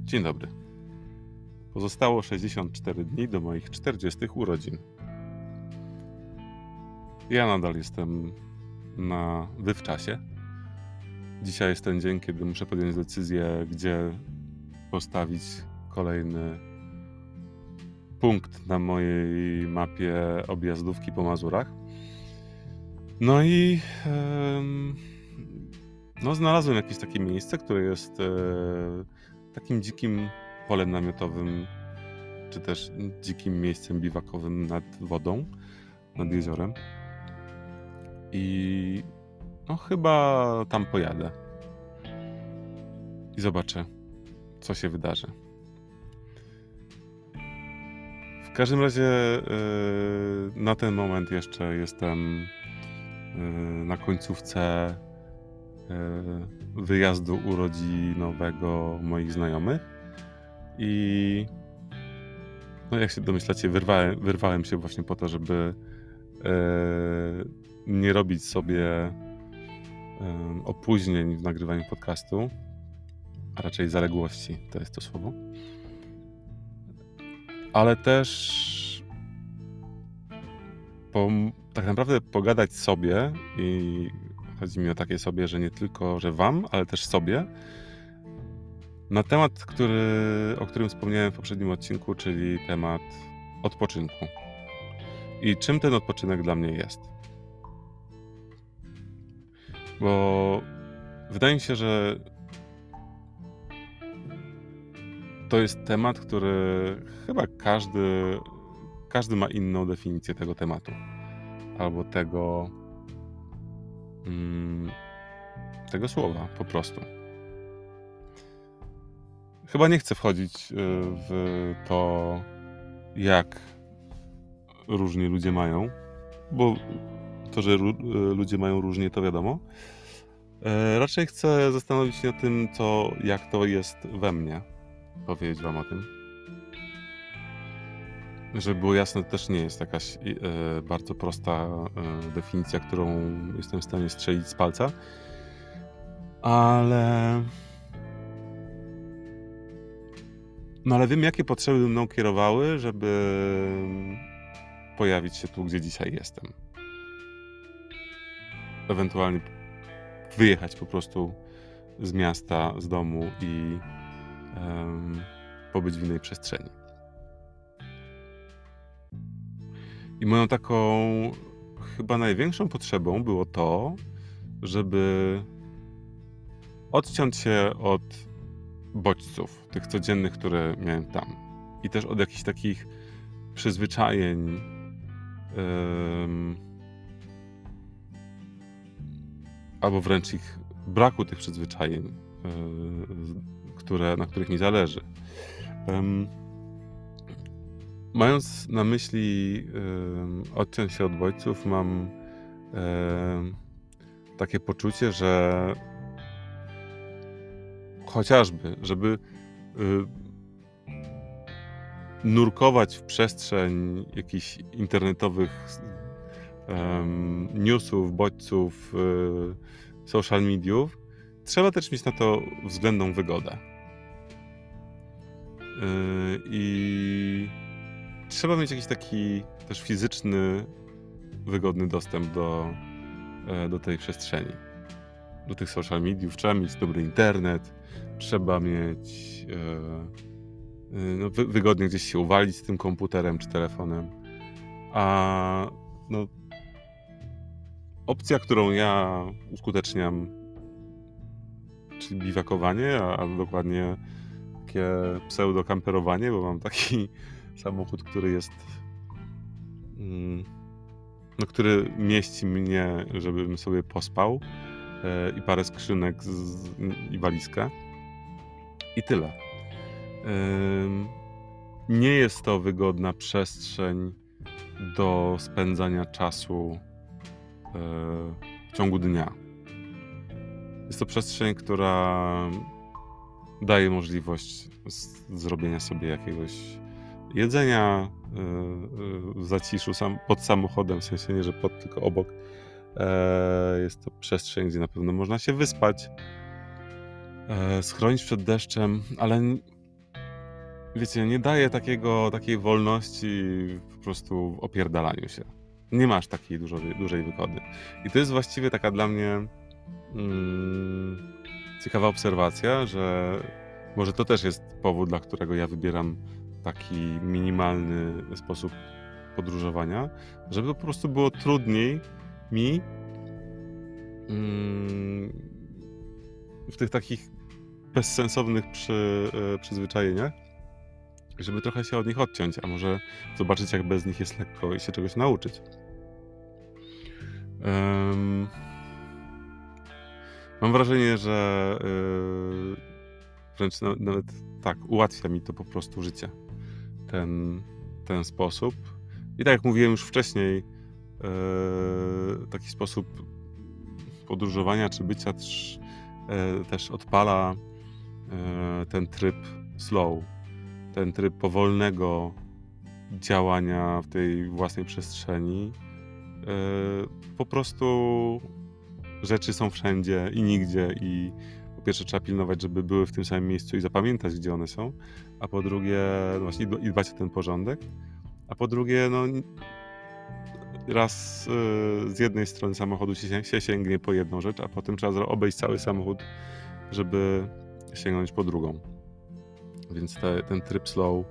Dzień dobry. Pozostało 64 dni do moich 40 urodzin. Ja nadal jestem na wywczasie. Dzisiaj jest ten dzień, kiedy muszę podjąć decyzję, gdzie postawić kolejny punkt na mojej mapie objazdówki po Mazurach. No i znalazłem jakieś takie miejsce, które jest takim dzikim polem namiotowym, czy też dzikim miejscem biwakowym nad wodą, nad jeziorem. I chyba tam pojadę. I zobaczę, co się wydarzy. W każdym razie na ten moment jeszcze jestem na końcówce wyjazdu urodzinowego moich znajomych i jak się domyślacie, wyrwałem się właśnie po to, żeby nie robić sobie opóźnień w nagrywaniu podcastu, a raczej zaległości, to jest to słowo. Ale też tak naprawdę pogadać sobie, i chodzi mi o takie sobie, że nie tylko, że wam, ale też sobie, na temat, o którym wspomniałem w poprzednim odcinku, czyli temat odpoczynku. I czym ten odpoczynek dla mnie jest. Bo wydaje mi się, że to jest temat, który chyba każdy ma inną definicję tego tematu. Albo tego słowa po prostu. Chyba nie chcę wchodzić w to, jak różni ludzie mają, bo to, że ludzie mają różnie, to wiadomo. Raczej chcę zastanowić się nad tym, jak to jest we mnie. Powiedzieć wam o tym. Żeby było jasne, to też nie jest jakaś bardzo prosta definicja, którą jestem w stanie strzelić z palca. Ale wiem, jakie potrzeby mną kierowały, żeby pojawić się tu, gdzie dzisiaj jestem. Ewentualnie wyjechać po prostu z miasta, z domu i pobyć w innej przestrzeni. I moją taką chyba największą potrzebą było to, żeby odciąć się od bodźców, tych codziennych, które miałem tam. I też od jakichś takich przyzwyczajeń, albo wręcz braku tych przyzwyczajeń, na których mi zależy. Mając na myśli odciąć się od bodźców, mam takie poczucie, że chociażby, żeby nurkować w przestrzeń jakichś internetowych newsów, bodźców, social mediów, trzeba też mieć na to względną wygodę. I trzeba mieć jakiś taki też fizyczny, wygodny dostęp do tej przestrzeni. Do tych social mediów. Trzeba mieć dobry internet, trzeba mieć wygodnie gdzieś się uwalić z tym komputerem czy telefonem. A opcja, którą ja uskuteczniam, czyli biwakowanie, a dokładnie takie pseudo-kamperowanie, bo mam taki samochód, który jest który mieści mnie, żebym sobie pospał, i parę skrzynek i walizkę. I tyle. Nie jest to wygodna przestrzeń do spędzania czasu w ciągu dnia. Jest to przestrzeń, która daje możliwość zrobienia sobie jakiegoś jedzenia w zaciszu, pod samochodem, w sensie nie, że pod, tylko obok. Jest to przestrzeń, gdzie na pewno można się wyspać, schronić przed deszczem, ale wiecie, nie daje takiej wolności po prostu w opierdalaniu się. Nie masz takiej dużej wygody. I to jest właściwie taka dla mnie ciekawa obserwacja, że może to też jest powód, dla którego ja wybieram taki minimalny sposób podróżowania, żeby po prostu było trudniej mi w tych takich bezsensownych przyzwyczajeniach, żeby trochę się od nich odciąć, a może zobaczyć, jak bez nich jest lekko i się czegoś nauczyć. Mam wrażenie, że wręcz nawet tak, ułatwia mi to po prostu życie. Ten sposób. I tak jak mówiłem już wcześniej, taki sposób podróżowania czy bycia też odpala ten tryb slow, ten tryb powolnego działania w tej własnej przestrzeni. Po prostu rzeczy są wszędzie i nigdzie i po pierwsze trzeba pilnować, żeby były w tym samym miejscu i zapamiętać, gdzie one są, a po drugie no właśnie i dbać o ten porządek, a po drugie no raz z jednej strony samochodu się sięgnie po jedną rzecz, a potem trzeba obejść cały samochód, żeby sięgnąć po drugą. Więc ten tryb slow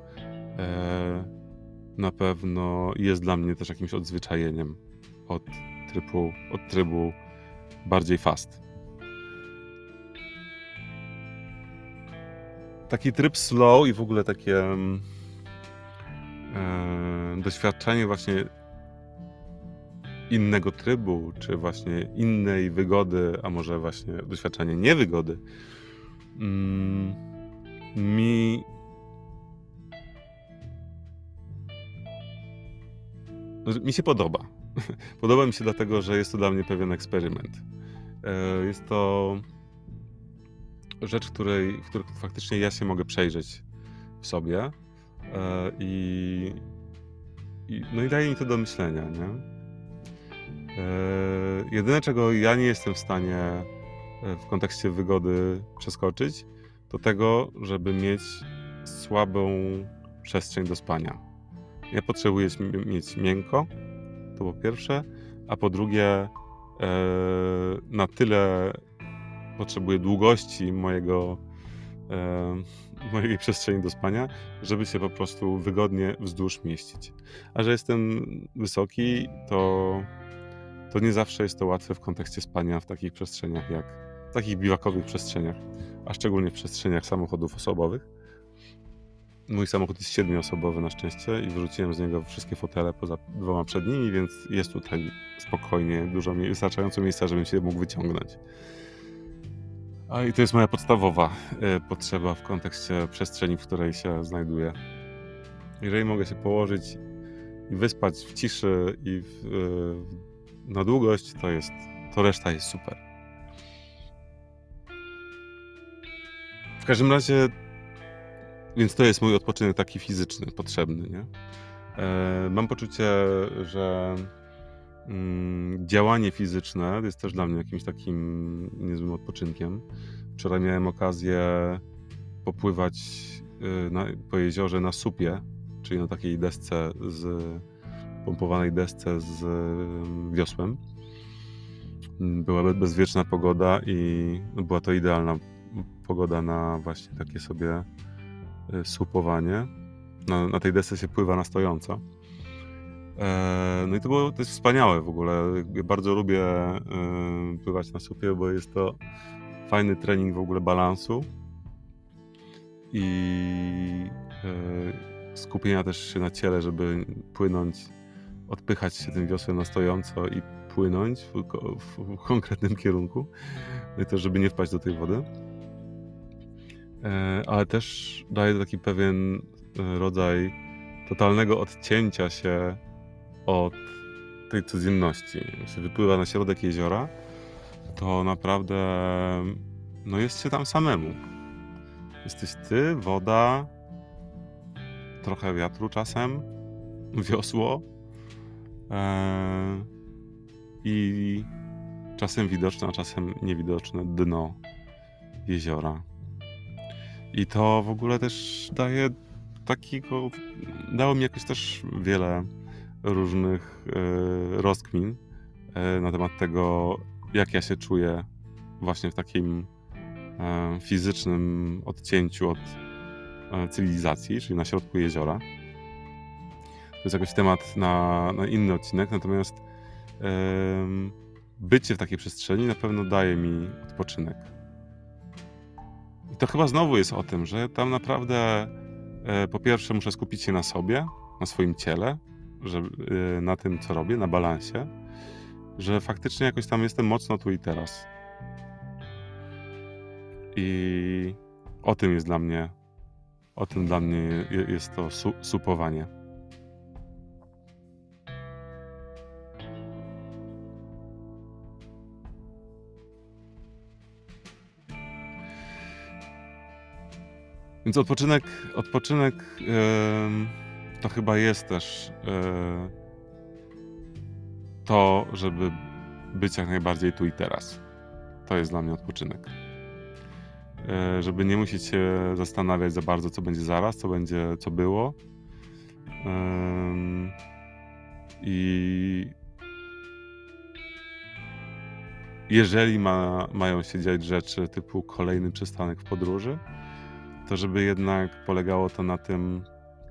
na pewno jest dla mnie też jakimś odzwyczajeniem od trybu bardziej fast. Taki tryb slow i w ogóle takie doświadczenie właśnie innego trybu, czy właśnie innej wygody, a może właśnie doświadczenie niewygody, mi się podoba. Podoba mi się dlatego, że jest to dla mnie pewien eksperyment. Jest to rzecz, w której faktycznie ja się mogę przejrzeć w sobie i daje mi to do myślenia, nie? Jedyne, czego ja nie jestem w stanie w kontekście wygody przeskoczyć, to tego, żeby mieć słabą przestrzeń do spania. Ja potrzebuję mieć miękko, to po pierwsze, a po drugie na tyle potrzebuję długości mojej przestrzeni do spania, żeby się po prostu wygodnie wzdłuż mieścić. A że jestem wysoki, to nie zawsze jest to łatwe w kontekście spania w takich przestrzeniach w takich biwakowych przestrzeniach, a szczególnie w przestrzeniach samochodów osobowych. Mój samochód jest 7-osobowy na szczęście i wyrzuciłem z niego wszystkie fotele poza 2 przednimi, więc jest tutaj spokojnie wystarczająco miejsca, żebym się mógł wyciągnąć. I to jest moja podstawowa potrzeba w kontekście przestrzeni, w której się znajduję. Jeżeli mogę się położyć i wyspać w ciszy i na długość, to reszta jest super. W każdym razie, więc to jest mój odpoczynek taki fizyczny, potrzebny, nie? Mam poczucie, że działanie fizyczne jest też dla mnie jakimś takim niezłym odpoczynkiem. Wczoraj miałem okazję popływać po jeziorze na supie, czyli na takiej pompowanej desce z wiosłem. Była bezwieczna pogoda i była to idealna pogoda na właśnie takie sobie supowanie. Na tej desce się pływa na stojąco. No i to jest wspaniałe w ogóle. Ja bardzo lubię pływać na supie, bo jest to fajny trening w ogóle balansu i skupienia też się na ciele, żeby płynąć, odpychać się tym wiosłem na stojąco i płynąć w konkretnym kierunku, no i też żeby nie wpaść do tej wody. Ale też daje to taki pewien rodzaj totalnego odcięcia się od tej codzienności. Jak się wypływa na środek jeziora, to naprawdę jest się tam samemu. Jesteś ty, woda, trochę wiatru czasem, wiosło i czasem widoczne, a czasem niewidoczne dno jeziora. I to w ogóle też daje takiego dało mi jakoś też wiele różnych rozkmin na temat tego, jak ja się czuję właśnie w takim fizycznym odcięciu od cywilizacji, czyli na środku jeziora. To jest jakoś temat na inny odcinek, natomiast bycie w takiej przestrzeni na pewno daje mi odpoczynek. I to chyba znowu jest o tym, że tam naprawdę po pierwsze muszę skupić się na sobie, na swoim ciele, na tym, co robię, na balansie, że faktycznie jakoś tam jestem mocno tu i teraz. I o tym jest dla mnie, jest to supowanie. Więc odpoczynek to chyba jest też to, żeby być jak najbardziej tu i teraz. To jest dla mnie odpoczynek. Żeby nie musieć się zastanawiać za bardzo, co będzie zaraz, co było. I jeżeli mają się dziać rzeczy typu kolejny przystanek w podróży, to żeby jednak polegało to na tym,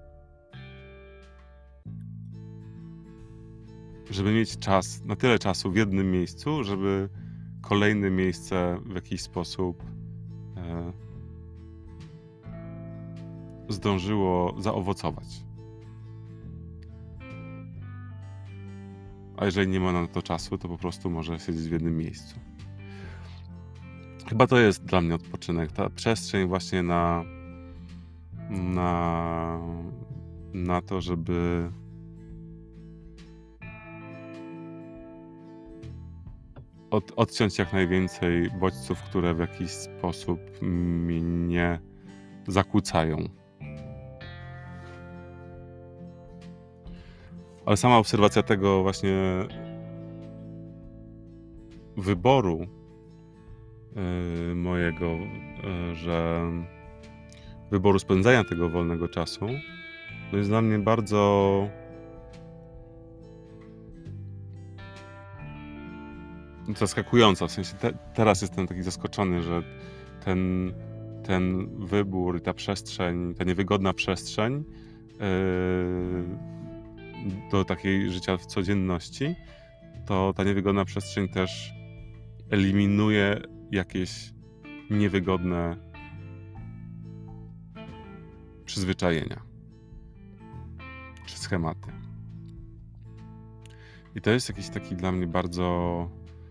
żeby mieć czas, na tyle czasu w jednym miejscu, żeby kolejne miejsce w jakiś sposób zdążyło zaowocować. A jeżeli nie ma na to czasu, to po prostu może siedzieć w jednym miejscu. Chyba to jest dla mnie odpoczynek. Ta przestrzeń właśnie na to, żeby odciąć jak najwięcej bodźców, które w jakiś sposób mnie zakłócają. Ale sama obserwacja tego właśnie wyboru mojego, że wyboru spędzania tego wolnego czasu, no jest dla mnie bardzo zaskakująca. W sensie teraz jestem taki zaskoczony, że ten wybór i ta przestrzeń, ta niewygodna przestrzeń do takiej życia w codzienności, to ta niewygodna przestrzeń też eliminuje jakieś niewygodne przyzwyczajenia czy schematy. I to jest jakiś taki dla mnie bardzo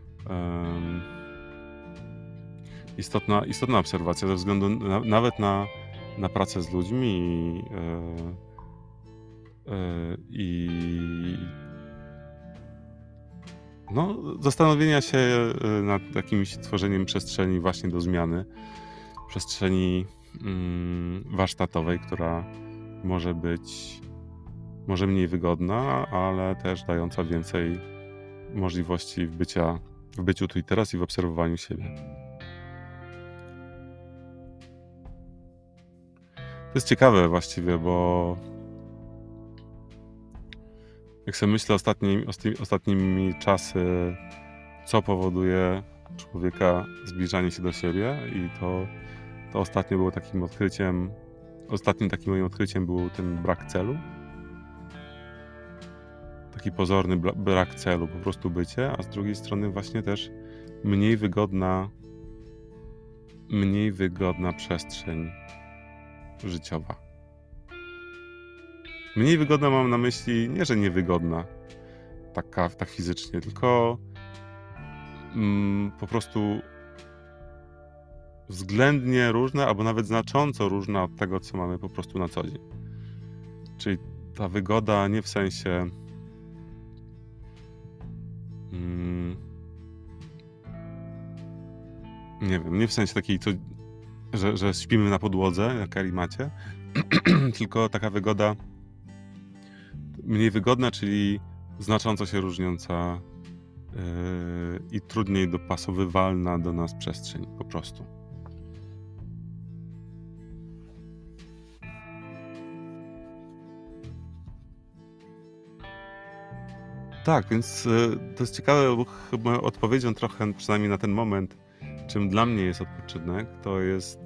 istotna obserwacja ze względu nawet na pracę z ludźmi i no, zastanowienia się nad jakimś tworzeniem przestrzeni właśnie do zmiany, przestrzeni warsztatowej, która może mniej wygodna, ale też dająca więcej możliwości w byciu tu i teraz i w obserwowaniu siebie. To jest ciekawe właściwie, bo jak sobie myślę ostatnimi czasy, co powoduje człowieka zbliżanie się do siebie, i to ostatnio było takim odkryciem, ostatnim takim moim odkryciem był ten brak celu. Taki pozorny brak celu, po prostu bycie, a z drugiej strony właśnie też mniej wygodna przestrzeń życiowa. Mniej wygodna mam na myśli, nie że niewygodna, tak fizycznie, tylko po prostu względnie różna, albo nawet znacząco różna od tego, co mamy po prostu na co dzień. Czyli ta wygoda nie w sensie nie wiem, nie w sensie takiej, że śpimy na podłodze, jak karimacie, tylko taka wygoda mniej wygodna, czyli znacząco się różniąca i trudniej dopasowywalna do nas przestrzeń, po prostu. Tak, więc to jest ciekawe, bo chyba odpowiedzią trochę, przynajmniej na ten moment, czym dla mnie jest odpoczynek, to jest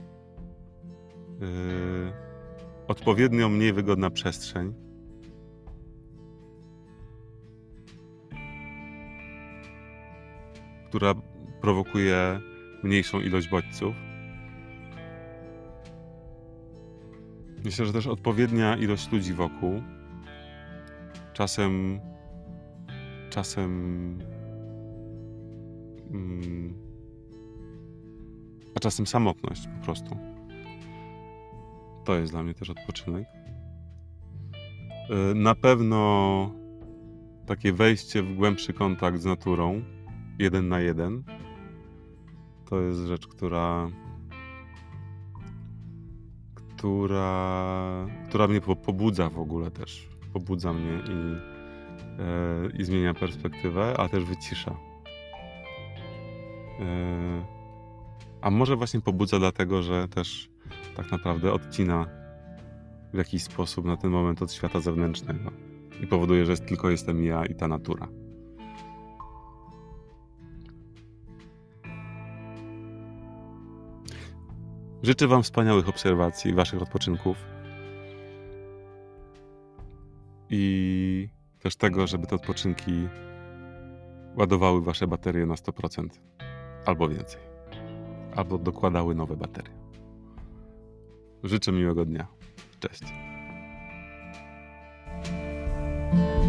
odpowiednio mniej wygodna przestrzeń, która prowokuje mniejszą ilość bodźców. Myślę, że też odpowiednia ilość ludzi wokół. Czasem a czasem samotność po prostu. To jest dla mnie też odpoczynek. Na pewno takie wejście w głębszy kontakt z naturą, 1 na 1, to jest rzecz, która mnie pobudza w ogóle też. Pobudza mnie i zmienia perspektywę, a też wycisza. A może właśnie pobudza dlatego, że też tak naprawdę odcina w jakiś sposób na ten moment od świata zewnętrznego i powoduje, że tylko jestem ja i ta natura. Życzę wam wspaniałych obserwacji, waszych odpoczynków i też tego, żeby te odpoczynki ładowały wasze baterie na 100% albo więcej, albo dokładały nowe baterie. Życzę miłego dnia. Cześć.